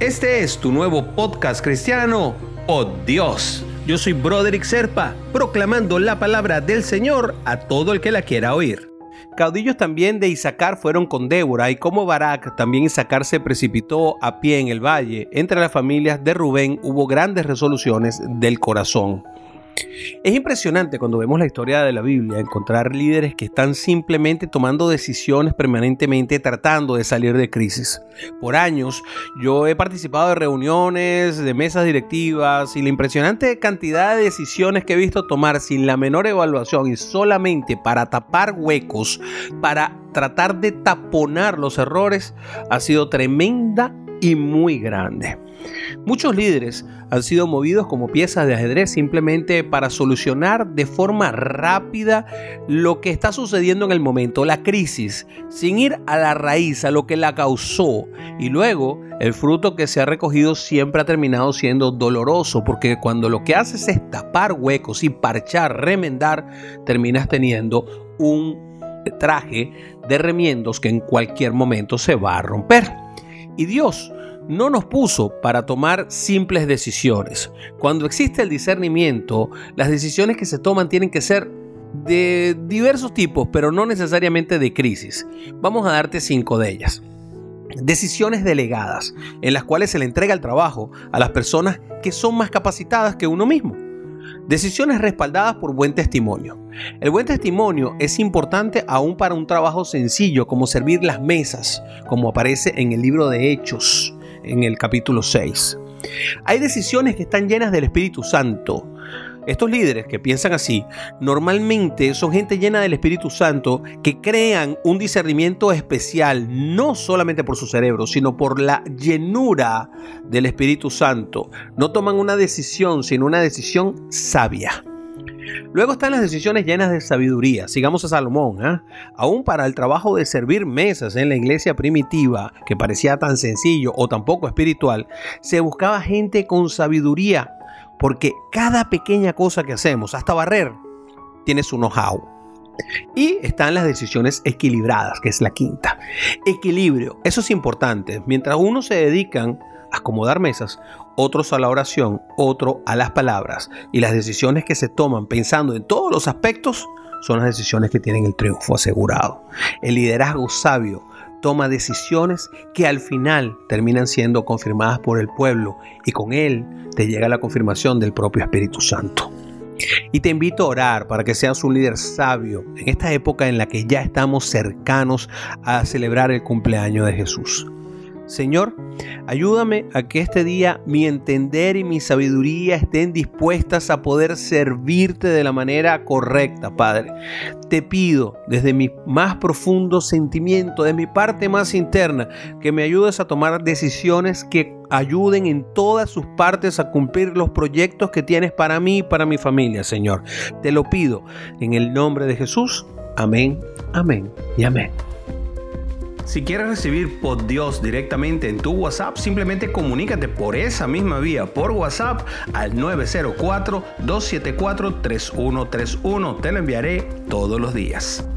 Este es tu nuevo podcast cristiano, Oh Dios. Yo soy Broderick Serpa, proclamando la palabra del Señor a todo el que la quiera oír. Caudillos también de Isacar fueron con Débora, y como Barak, también Isacar se precipitó a pie en el valle. Entre las familias de Rubén hubo grandes resoluciones del corazón. Es impresionante cuando vemos la historia de la Biblia encontrar líderes que están simplemente tomando decisiones permanentemente, tratando de salir de crisis. Por años yo he participado de reuniones, de mesas directivas, y la impresionante cantidad de decisiones que he visto tomar sin la menor evaluación y solamente para tapar huecos, para tratar de taponar los errores, ha sido tremenda y muy grande. Muchos líderes han sido movidos como piezas de ajedrez simplemente para solucionar de forma rápida lo que está sucediendo en el momento, la crisis, sin ir a la raíz, a lo que la causó. Y luego el fruto que se ha recogido siempre ha terminado siendo doloroso, porque cuando lo que haces es tapar huecos y parchar, remendar, terminas teniendo un traje de remiendos que en cualquier momento se va a romper. Y Dios no nos puso para tomar simples decisiones. Cuando existe el discernimiento, las decisiones que se toman tienen que ser de diversos tipos, pero no necesariamente de crisis. Vamos a darte 5 de ellas. Decisiones delegadas, en las cuales se le entrega el trabajo a las personas que son más capacitadas que uno mismo. Decisiones respaldadas por buen testimonio. El buen testimonio es importante aún para un trabajo sencillo como servir las mesas, como aparece en el libro de Hechos, en el capítulo 6. Hay decisiones que están llenas del Espíritu Santo. Estos líderes que piensan así, normalmente son gente llena del Espíritu Santo que crean un discernimiento especial, no solamente por su cerebro, sino por la llenura del Espíritu Santo. No toman una decisión, sino una decisión sabia. Luego están las decisiones llenas de sabiduría. Sigamos a Salomón. Aún para el trabajo de servir mesas en la iglesia primitiva, que parecía tan sencillo o tan poco espiritual, se buscaba gente con sabiduría, porque cada pequeña cosa que hacemos, hasta barrer, tiene su know-how. Y están las decisiones equilibradas, que es la quinta. Equilibrio, eso es importante. Mientras unos se dedican a acomodar mesas, otros a la oración, otro a las palabras, y las decisiones que se toman pensando en todos los aspectos son las decisiones que tienen el triunfo asegurado. El liderazgo sabio toma decisiones que al final terminan siendo confirmadas por el pueblo, y con él te llega la confirmación del propio Espíritu Santo. Y te invito a orar para que seas un líder sabio en esta época en la que ya estamos cercanos a celebrar el cumpleaños de Jesús. Señor, ayúdame a que este día mi entender y mi sabiduría estén dispuestas a poder servirte de la manera correcta, Padre. Te pido desde mi más profundo sentimiento, de mi parte más interna, que me ayudes a tomar decisiones que ayuden en todas sus partes a cumplir los proyectos que tienes para mí y para mi familia, Señor. Te lo pido en el nombre de Jesús. Amén, amén y amén. Si quieres recibir Pod Dios directamente en tu WhatsApp, simplemente comunícate por esa misma vía, por WhatsApp, al 904-274-3131. Te lo enviaré todos los días.